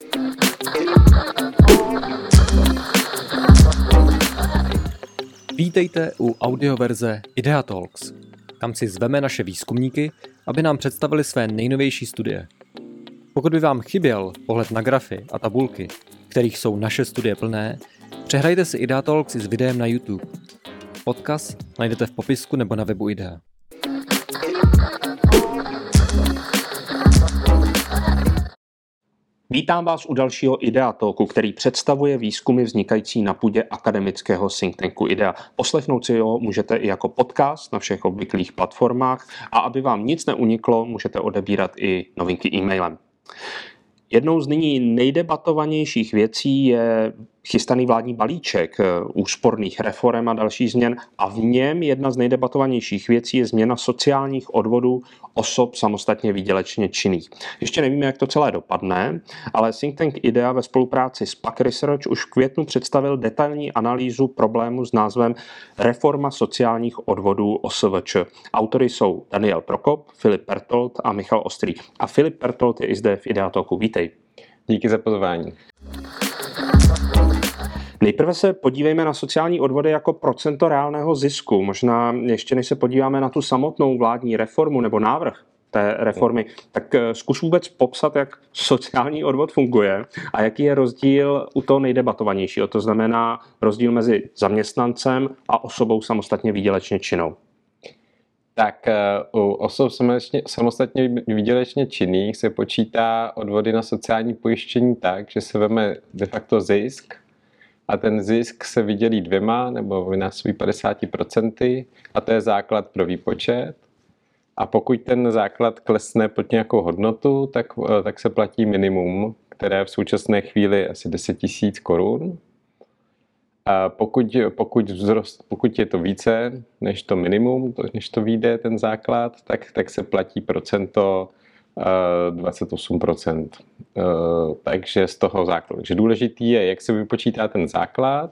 Vítejte u audioverze Idea Talks. Tam si zveme naše výzkumníky, aby nám představili své nejnovější studie. Pokud by vám chyběl pohled na grafy a tabulky, kterých jsou naše studie plné, přehrajte si Idea Talks i s videem na YouTube. Odkaz najdete v popisku nebo na webu Idea. Vítám vás u dalšího Idea Talku, který představuje výzkumy vznikající na půdě akademického think tanku Idea. Poslechnout si ho můžete i jako podcast na všech obvyklých platformách a aby vám nic neuniklo, můžete odebírat i novinky e-mailem. Jednou z nyní nejdebatovanějších věcí je chystaný vládní balíček úsporných reforem a dalších změn a v něm jedna z nejdebatovanějších věcí je změna sociálních odvodů osob samostatně výdělečně činných. Ještě nevíme, jak to celé dopadne, ale think tank Idea ve spolupráci s PAC Research už v květnu představil detailní analýzu problému s názvem Reforma sociálních odvodů OSVČ. Autory jsou Daniel Prokop, Filip Pertold a Michal Ostrý. A Filip Pertold je i zde v Idea Talku. Vítej. Díky za pozvání. Nejprve se podívejme na sociální odvody jako procento reálného zisku. Možná ještě než se podíváme na tu samotnou vládní reformu nebo návrh té reformy, tak zkus vůbec popsat, jak sociální odvod funguje a jaký je rozdíl u toho nejdebatovanějšího. To znamená rozdíl mezi zaměstnancem a osobou samostatně výdělečně činnou. Tak u osob samostatně výdělečně činných se počítá odvody na sociální pojištění tak, že se veme de facto zisk a ten zisk se vydělí 2 nebo vynásobí 50% a to je základ pro výpočet. A pokud ten základ klesne pod nějakou hodnotu, tak se platí minimum, které v současné chvíli je asi 10 000 korun. A pokud je to více než to minimum, než to vyjde ten základ, tak se platí procento 28%. Takže z toho základu. Takže důležitý je, jak se vypočítá ten základ,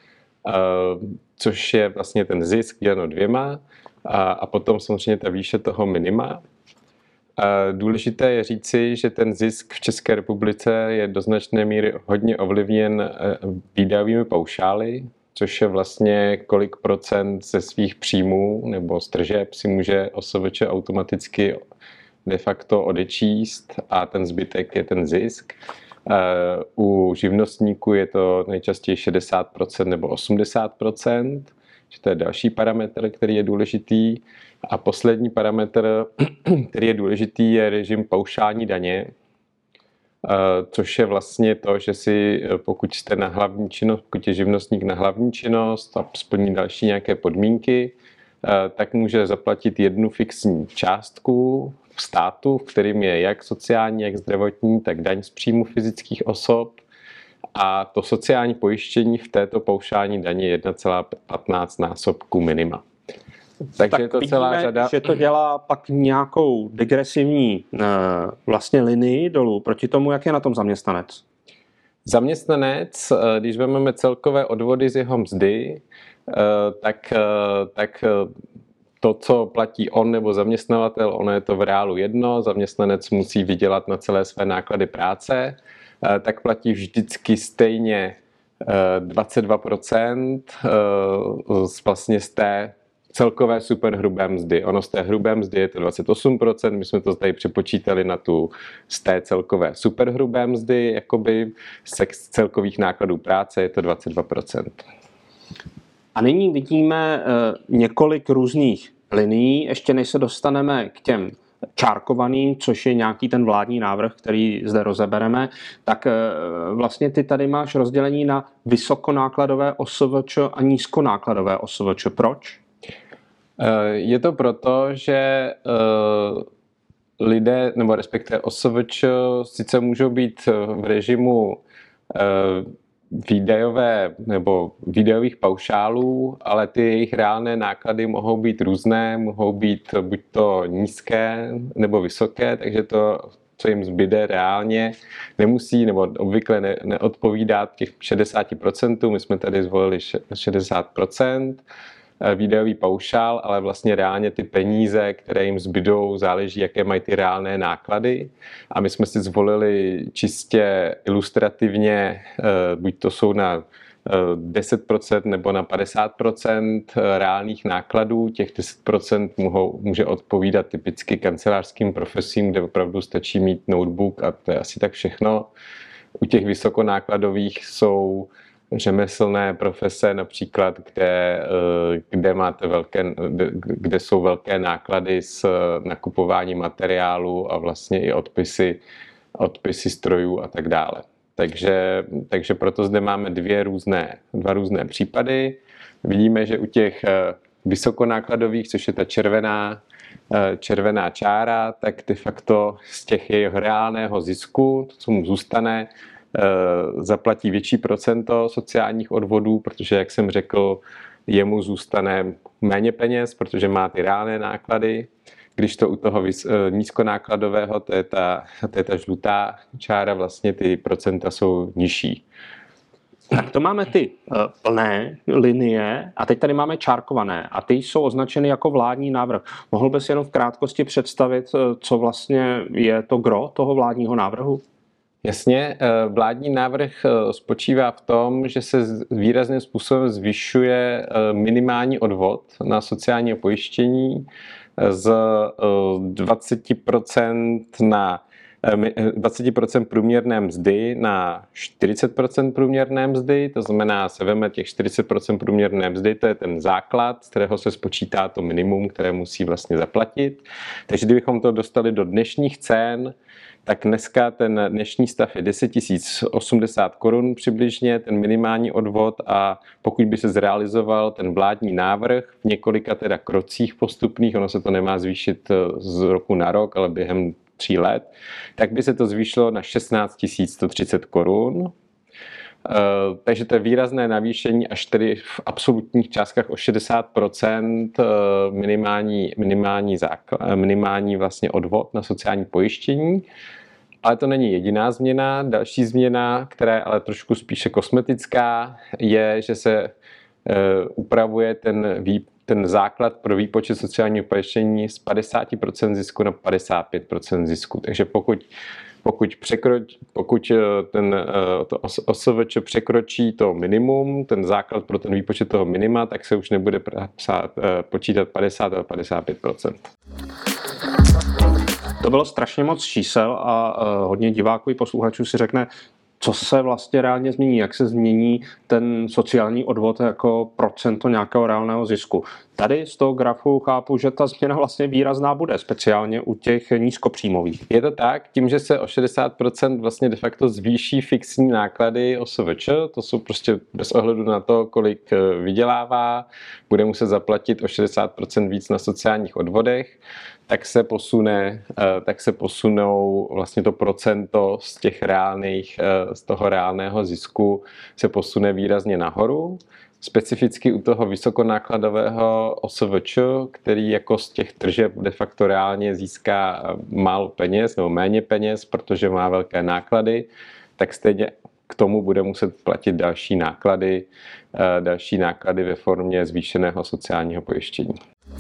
což je vlastně ten zisk děleno 2 a potom samozřejmě ta výše toho minima. Důležité je říci, že ten zisk v České republice je do značné míry hodně ovlivněn výdajovými paušály, což je vlastně kolik procent ze svých příjmů nebo z tržeb si může OSVČ automaticky de facto odečíst a ten zbytek je ten zisk. U živnostníků je to nejčastěji 60% nebo 80%, že to je další parametr, který je důležitý. A poslední parametr, který je důležitý, je režim paušální daně, což je vlastně to, že si pokud jste na hlavní činnost, pokud je živnostník na hlavní činnost a splní další nějaké podmínky, tak může zaplatit jednu fixní částku v státu, v kterým je jak sociální, jak zdravotní, tak daň z příjmu fyzických osob. A to sociální pojištění v této paušální daně je 1,15 násobku minima. Takže je to celá řada, že to dělá pak nějakou degresivní vlastně linii dolů proti tomu, jak je na tom zaměstnanec. Zaměstnanec, když vezmeme celkové odvody z jeho mzdy, tak to, co platí on nebo zaměstnavatel, ono je to v reálu jedno, zaměstnanec musí vydělat na celé své náklady práce, tak platí vždycky stejně 22% vlastně z té celkové superhrubé mzdy. Ono z té hrubé mzdy je to 28%, my jsme to tady přepočítali na tu z té celkové superhrubé mzdy, jakoby z celkových nákladů práce je to 22%. A nyní vidíme několik různých linií, ještě než se dostaneme k těm čárkovaným, což je nějaký ten vládní návrh, který zde rozebereme, tak vlastně ty tady máš rozdělení na vysokonákladové OSVČ a nízkonákladové OSVČ. Proč? Je to proto, že lidé, nebo respektive OSVČ, sice můžou být v režimu výdajové nebo výdajových paušálů, ale ty jejich reálné náklady mohou být různé, mohou být buď to nízké nebo vysoké, takže to, co jim zbyde reálně, nemusí nebo obvykle neodpovídá těch 60%, my jsme tady zvolili 60%, výdajový paušál, ale vlastně reálně ty peníze, které jim zbydou, záleží, jaké mají ty reálné náklady. A my jsme si zvolili čistě ilustrativně, buď to jsou na 10% nebo na 50% reálných nákladů. Těch 10% může odpovídat typicky kancelářským profesím, kde opravdu stačí mít notebook a to je asi tak všechno. U těch vysokonákladových jsou řemeslné profese například, kde jsou velké náklady s nakupováním materiálu a vlastně i odpisy strojů a tak dále. Takže proto zde máme dva různé případy. Vidíme, že u těch vysokonákladových, což je ta červená čára, tak de facto z těch jeho reálného zisku, to, co mu zůstane, zaplatí větší procento sociálních odvodů, protože, jak jsem řekl, jemu zůstane méně peněz, protože má ty reálné náklady. Když to u toho nízkonákladového, to je ta žlutá čára, vlastně ty procenta jsou nižší. Tak to máme ty plné linie a teď tady máme čárkované a ty jsou označeny jako vládní návrh. Mohl bys jenom v krátkosti představit, co vlastně je to gro toho vládního návrhu? Jasně, vládní návrh spočívá v tom, že se výrazným způsobem zvyšuje minimální odvod na sociální pojištění z 20% na 20% průměrné mzdy na 40% průměrné mzdy, to znamená, se veme těch 40% průměrné mzdy, to je ten základ, z kterého se spočítá to minimum, které musí vlastně zaplatit. Takže kdybychom to dostali do dnešních cen, tak dneska ten dnešní stav je 10 080 korun přibližně, ten minimální odvod, a pokud by se zrealizoval ten vládní návrh v několika teda krocích postupných, ono se to nemá zvýšit z roku na rok, ale během 3 let, tak by se to zvýšilo na 16 130 korun. Takže to je výrazné navýšení, až tedy v absolutních částkách o 60% minimální vlastně odvod na sociální pojištění. Ale to není jediná změna. Další změna, která je ale trošku spíše kosmetická, je, že se upravuje ten základ pro výpočet sociálního pojištění z 50% zisku na 55% zisku. Takže pokud to OSVČ překročí to minimum, ten základ pro ten výpočet toho minima, tak se už nebude počítat 50, ale 55%. To bylo strašně moc čísel a hodně diváků i posluchačů si řekne, co se vlastně reálně změní, jak se změní ten sociální odvod jako procento nějakého reálného zisku. Tady z toho grafu chápu, že ta změna vlastně výrazná bude, speciálně u těch nízkopříjmových. Je to tak, tím, že se o 60% vlastně de facto zvýší fixní náklady OSVČ, to jsou prostě bez ohledu na to, kolik vydělává, bude muset zaplatit o 60% víc na sociálních odvodech, tak se posunou vlastně to procento z toho reálného zisku se posune výrazně nahoru. Specificky u toho vysokonákladového OSVČ, který jako z těch tržeb de facto reálně získá málo peněz nebo méně peněz, protože má velké náklady, tak stejně k tomu bude muset platit další náklady ve formě zvýšeného sociálního pojištění.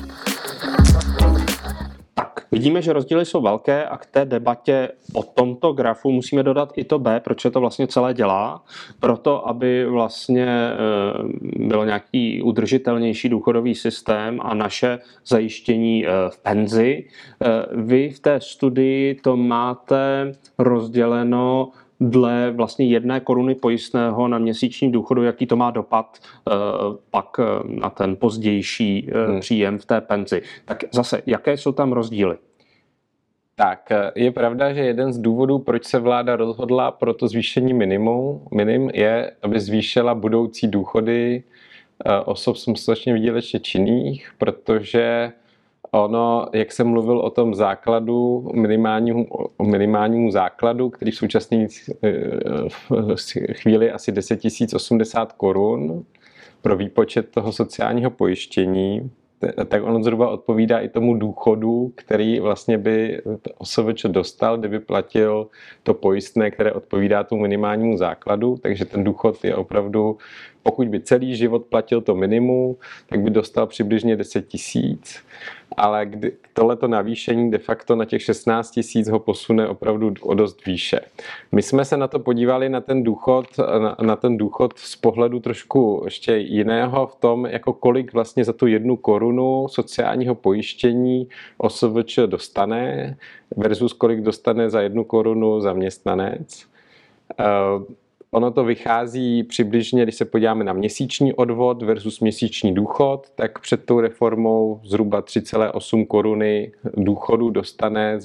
Vidíme, že rozdíly jsou velké a k té debatě o tomto grafu musíme dodat i to B, proč to vlastně celé dělá, proto aby vlastně byl nějaký udržitelnější důchodový systém a naše zajištění v penzi. Vy v té studii to máte rozděleno dle vlastně 1 koruny pojistného na měsíční důchodu, jaký to má dopad pak na ten pozdější příjem v té penzi. Tak zase, jaké jsou tam rozdíly? Tak, je pravda, že jeden z důvodů, proč se vláda rozhodla pro to zvýšení minim, je, aby zvýšila budoucí důchody osob samostatně výdělečně činných, protože ono, jak jsem mluvil o tom základu, minimálnímu základu, který v současné chvíli asi 10 080 korun pro výpočet toho sociálního pojištění, tak on zhruba odpovídá i tomu důchodu, který vlastně by OSVČ dostal, kdyby platil to pojistné, které odpovídá tomu minimálnímu základu, takže ten důchod je opravdu pokud by celý život platil to minimum, tak by dostal přibližně 10 000, ale tohleto navýšení de facto na těch 16 000 ho posune opravdu o dost výše. My jsme se na to podívali na ten důchod z pohledu trošku ještě jiného v tom, jako kolik vlastně za tu 1 korunu sociálního pojištění OSVČ dostane versus kolik dostane za 1 korunu zaměstnanec. Ono to vychází přibližně, když se podíváme na měsíční odvod versus měsíční důchod, tak před tou reformou zhruba 3,8 koruny důchodu dostane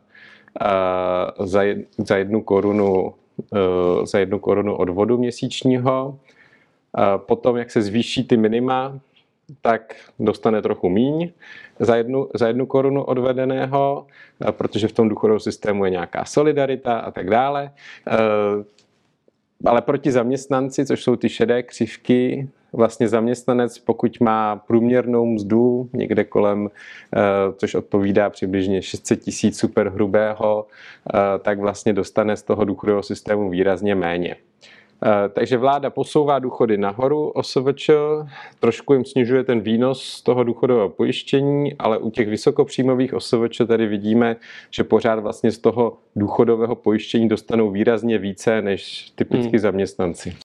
za 1 korunu odvodu měsíčního. Potom, jak se zvýší ty minima, tak dostane trochu míň za 1 korunu odvedeného, protože v tom důchodovém systému je nějaká solidarita a tak dále. Ale proti zaměstnanci, což jsou ty šedé křivky, vlastně zaměstnanec, pokud má průměrnou mzdu někde kolem, což odpovídá přibližně 600 000 superhrubého, tak vlastně dostane z toho důchodového systému výrazně méně. Takže vláda posouvá důchody nahoru OSVČ, trošku jim snižuje ten výnos z toho důchodového pojištění, ale u těch vysokopříjmových OSVČ tady vidíme, že pořád vlastně z toho důchodového pojištění dostanou výrazně více než typicky zaměstnanci.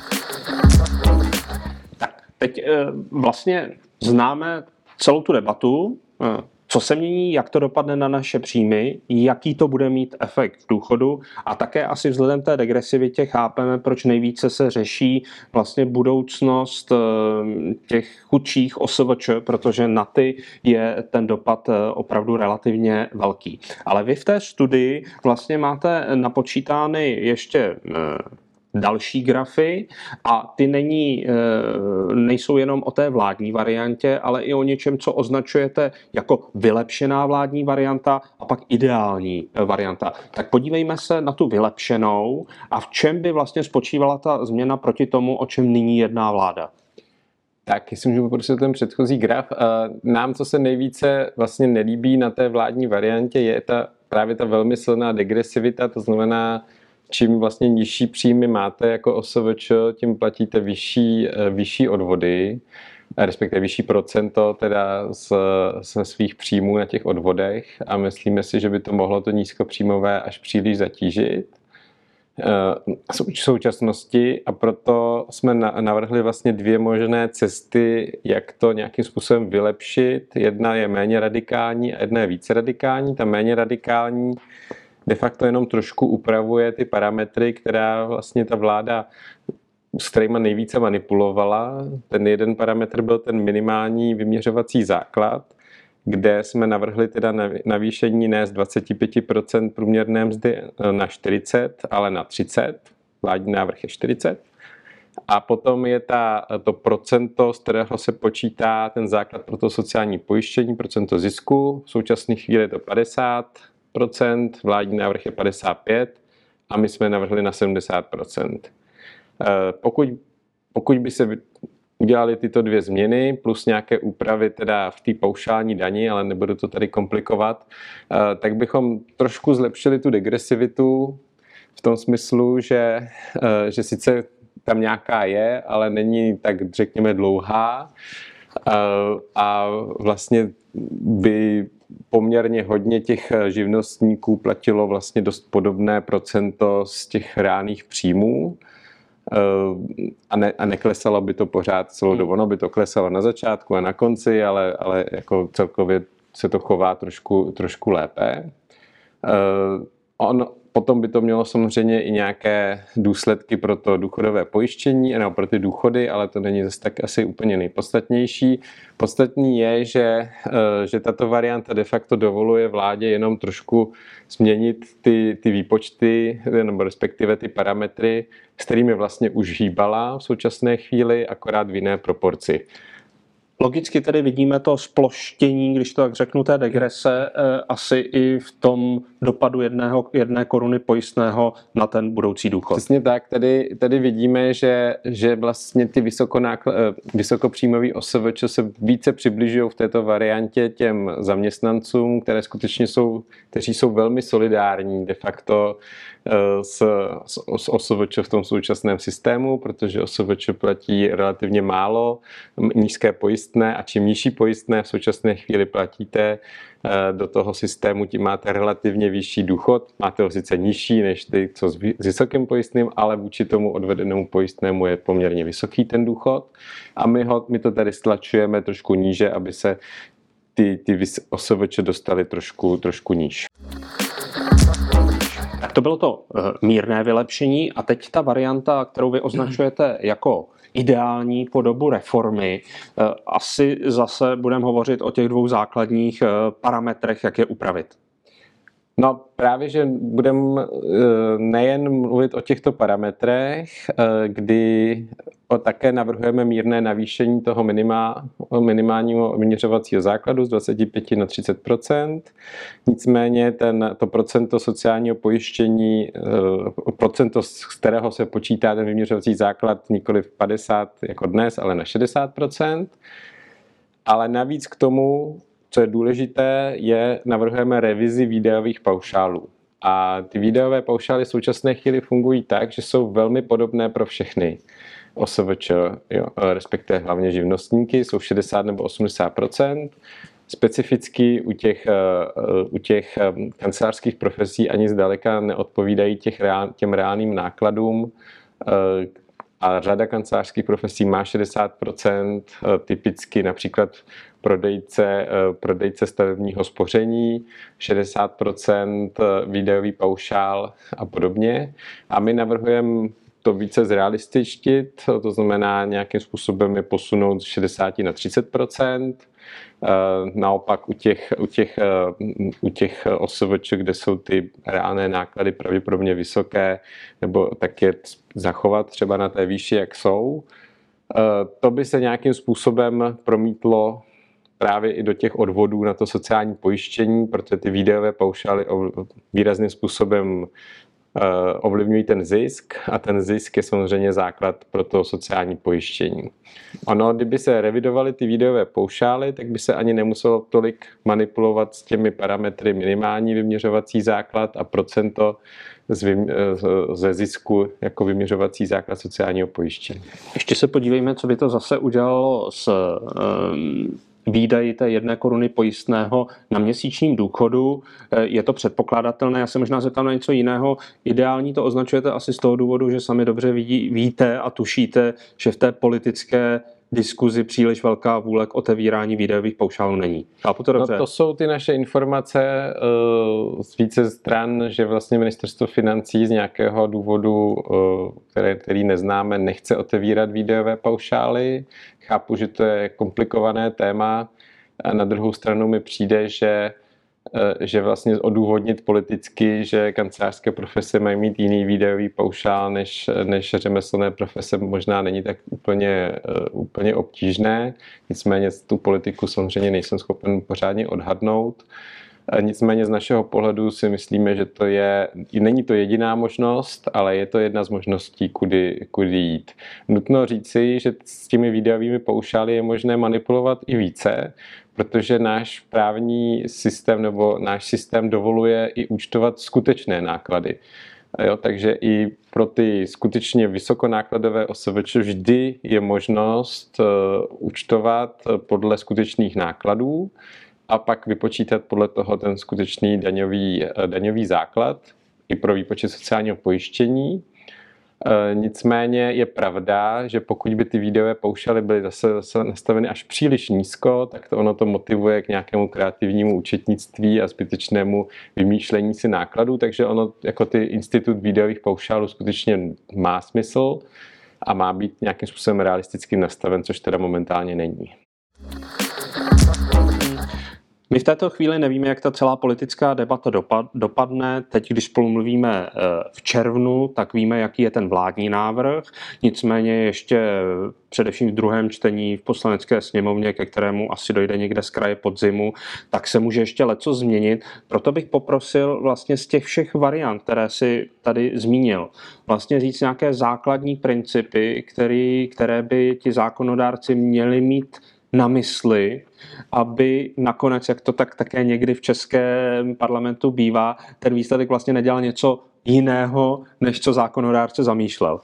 Tak, teď vlastně známe celou tu debatu, co se mění, jak to dopadne na naše příjmy, jaký to bude mít efekt v důchodu a také asi vzhledem té degresivitě chápeme, proč nejvíce se řeší vlastně budoucnost těch chudších OSVČ, protože na ty je ten dopad opravdu relativně velký. Ale vy v té studii vlastně máte napočítány ještě další grafy a ty nejsou jenom o té vládní variantě, ale i o něčem, co označujete jako vylepšená vládní varianta a pak ideální varianta. Tak podívejme se na tu vylepšenou a v čem by vlastně spočívala ta změna proti tomu, o čem nyní jedná vláda. Tak, jestli můžu poprosit ten předchozí graf. Nám, co se nejvíce vlastně nelíbí na té vládní variantě, je právě ta velmi silná degresivita, to znamená, čím vlastně nižší příjmy máte jako OSVČ, tím platíte vyšší odvody, respektive vyšší procento teda ze svých příjmů na těch odvodech a myslíme si, že by to mohlo to nízkopříjmové až příliš zatížit v současnosti a proto jsme navrhli vlastně 2 možné cesty, jak to nějakým způsobem vylepšit. Jedna je méně radikální a jedna je více radikální. Ta méně radikální de facto jenom trošku upravuje ty parametry, která vlastně ta vláda s kterýma nejvíce manipulovala. Ten jeden parametr byl ten minimální vyměřovací základ, kde jsme navrhli teda navýšení ne z 25% průměrné mzdy na 40, ale na 30. Vládní návrh je 40. A potom je to procento, z kterého se počítá ten základ pro to sociální pojištění, procento zisku. V současné chvíli je to 50%, vládní návrh je 55% a my jsme navrhli na 70%. Pokud by se udělali tyto 2 změny plus nějaké úpravy teda v té paušální dani, ale nebudu to tady komplikovat, tak bychom trošku zlepšili tu degresivitu v tom smyslu, že sice tam nějaká je, ale není tak řekněme dlouhá a vlastně by poměrně hodně těch živnostníků platilo vlastně dost podobné procento z těch reálných příjmů a neklesalo by to pořád celou dobu. Ono by to klesalo na začátku a na konci, ale jako celkově se to chová trošku lépe. Potom by to mělo samozřejmě i nějaké důsledky pro to důchodové pojištění, nebo pro ty důchody, ale to není zase tak asi úplně nejpodstatnější. Podstatný je, že tato varianta de facto dovoluje vládě jenom trošku změnit ty výpočty, nebo respektive ty parametry, s kterými vlastně už hýbala v současné chvíli, akorát v jiné proporci. Logicky tedy vidíme to sploštění, když to tak řeknu, té degrese, asi i v tom dopadu jedné koruny pojistného na ten budoucí důchod. Přesně tak, tady vidíme, že vlastně ty vysokopříjmový OSVČ se více přibližují v této variantě těm zaměstnancům, kteří jsou velmi solidární de facto s OSVČ v tom současném systému, protože OSVČ platí relativně málo, nízké pojistné, a čím nižší pojistné v současné chvíli platíte do toho systému, tím máte relativně vyšší důchod. Máte ho sice nižší než ty, co s vysokým pojistným, ale vůči tomu odvedenému pojistnému je poměrně vysoký ten důchod. A my to tady stlačujeme trošku níže, aby se ty OSVČ dostaly trošku níž. Tak to bylo to mírné vylepšení a teď ta varianta, kterou vy označujete jako ideální podobu reformy. Asi zase budeme hovořit o těch dvou základních parametrech, jak je upravit. No právě, že budeme nejen mluvit o těchto parametrech, kdy také navrhujeme mírné navýšení toho minimálního vyměřovacího základu z 25 na 30%. Nicméně to procento sociálního pojištění, procento, z kterého se počítá ten vyměřovací základ, nikoli v 50 jako dnes, ale na 60%. Ale navíc k tomu, co je důležité, navrhujeme revizi výdajových paušálů. A ty výdajové paušály v současné chvíli fungují tak, že jsou velmi podobné pro všechny OSVČ, respektive hlavně živnostníky, jsou 60 nebo 80%. Specificky u těch kancelářských profesí ani zdaleka neodpovídají těm reálným nákladům. A řada kancelářských profesí má 60%, typicky například prodejce stavebního spoření, 60% výdajový paušál a podobně. A my navrhujeme to více zrealističtit, to znamená nějakým způsobem je posunout z 60 na 30%. Naopak u těch OSVČ, kde jsou ty reálné náklady pravděpodobně vysoké, nebo tak je zachovat třeba na té výši, jak jsou. To by se nějakým způsobem promítlo právě i do těch odvodů na to sociální pojištění, protože ty výdajové paušály výrazným způsobem ovlivňují ten zisk a ten zisk je samozřejmě základ pro to sociální pojištění. Kdyby se revidovaly ty výdajové paušály, tak by se ani nemuselo tolik manipulovat s těmi parametry minimální vyměřovací základ a procento ze zisku jako vyměřovací základ sociálního pojištění. Ještě se podívejme, co by to zase udělalo s výdaji té 1 koruny pojistného na měsíčním důchodu. Je to předpokládatelné? Já se možná zeptám na něco jiného. Ideální to označujete asi z toho důvodu, že sami dobře víte a tušíte, že v té politické diskuzi příliš velká vůle k otevírání výdajových paušálů není. Chápu to dobře? No to jsou ty naše informace z více stran, že vlastně ministerstvo financí z nějakého důvodu, který neznáme, nechce otevírat výdajové paušály. Chápu, že to je komplikované téma. A na druhou stranu mi přijde, že vlastně odůvodnit politicky, že kancelářské profese mají mít jiný výdajový paušál než řemeslné profese, možná není tak úplně obtížné. Nicméně tu politiku samozřejmě nejsem schopen pořádně odhadnout. Nicméně z našeho pohledu si myslíme, že není to jediná možnost, ale je to jedna z možností, kudy jít. Nutno říci, že s těmi výdajovými paušály je možné manipulovat i více, protože náš právní systém nebo náš systém dovoluje i účtovat skutečné náklady. Takže i pro ty skutečně vysokonákladové OSVČ vždy je možnost účtovat podle skutečných nákladů a pak vypočítat podle toho ten skutečný daňový základ i pro výpočet sociálního pojištění. Nicméně je pravda, že pokud by ty výdajové paušály byly zase nastaveny až příliš nízko, tak ono to motivuje k nějakému kreativnímu účetnictví a zbytečnému vymýšlení si nákladů, takže ono jako ty institut výdajových paušálů skutečně má smysl a má být nějakým způsobem realisticky nastaven, což teda momentálně není. My v této chvíli nevíme, jak ta celá politická debata dopadne. Teď, když spolu mluvíme v červnu, tak víme, jaký je ten vládní návrh. Nicméně ještě především v druhém čtení v Poslanecké sněmovně, ke kterému asi dojde někde z kraje podzimu, tak se může ještě leco změnit. Proto bych poprosil vlastně z těch všech variant, které si tady zmínil, vlastně říct nějaké základní principy, které by ti zákonodárci měli mít na mysli, aby nakonec, jak to tak také někdy v českém parlamentu bývá, ten výsledek vlastně nedělal něco jiného, než co zákonodárce zamýšlel.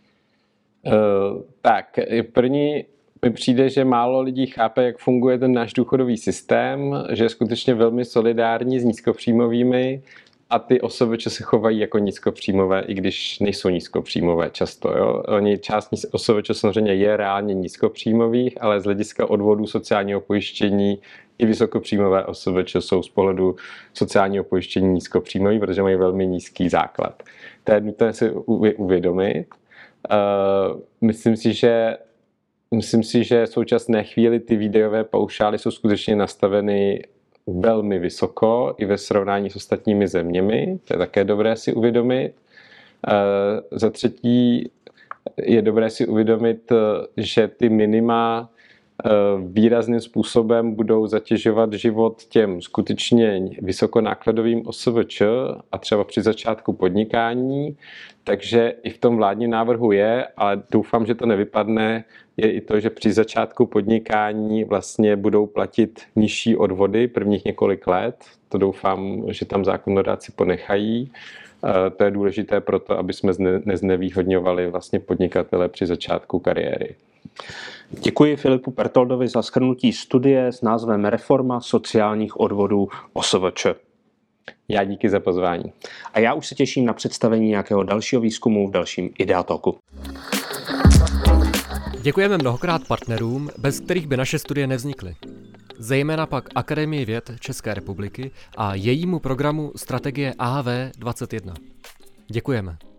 Tak, první mi přijde, že málo lidí chápe, jak funguje ten náš důchodový systém, že je skutečně velmi solidární s nízkopříjmovými a ty OSVČ se chovají jako nízkopříjmové, i když nejsou nízkopříjmové často. Jo? Část OSVČ samozřejmě je reálně nízkopříjmových, ale z hlediska odvodů sociálního pojištění i vysokopříjmové OSVČ jsou z pohledu sociálního pojištění nízkopříjmový, protože mají velmi nízký základ. To je nutné si uvědomit. Myslím si, že v současné chvíli ty výdajové paušály jsou skutečně nastaveny velmi vysoko i ve srovnání s ostatními zeměmi. To je také dobré si uvědomit. Za třetí je dobré si uvědomit, že ty minima výrazným způsobem budou zatěžovat život těm skutečně vysokonákladovým OSVČ a třeba při začátku podnikání. Takže i v tom vládním návrhu je, ale doufám, že to nevypadne, je i to, že při začátku podnikání vlastně budou platit nižší odvody prvních několik let. To doufám, že tam zákonodárci ponechají. To je důležité proto, aby jsme neznevýhodňovali vlastně podnikatele při začátku kariéry. Děkuji Filipu Pertoldovi za shrnutí studie s názvem Reforma sociálních odvodů OSVČ. Já díky za pozvání. A já už se těším na představení nějakého dalšího výzkumu v dalším Ideatalku. Děkujeme mnohokrát partnerům, bez kterých by naše studie nevznikly. Zejména pak Akademii věd České republiky a jejímu programu Strategie AV21. Děkujeme.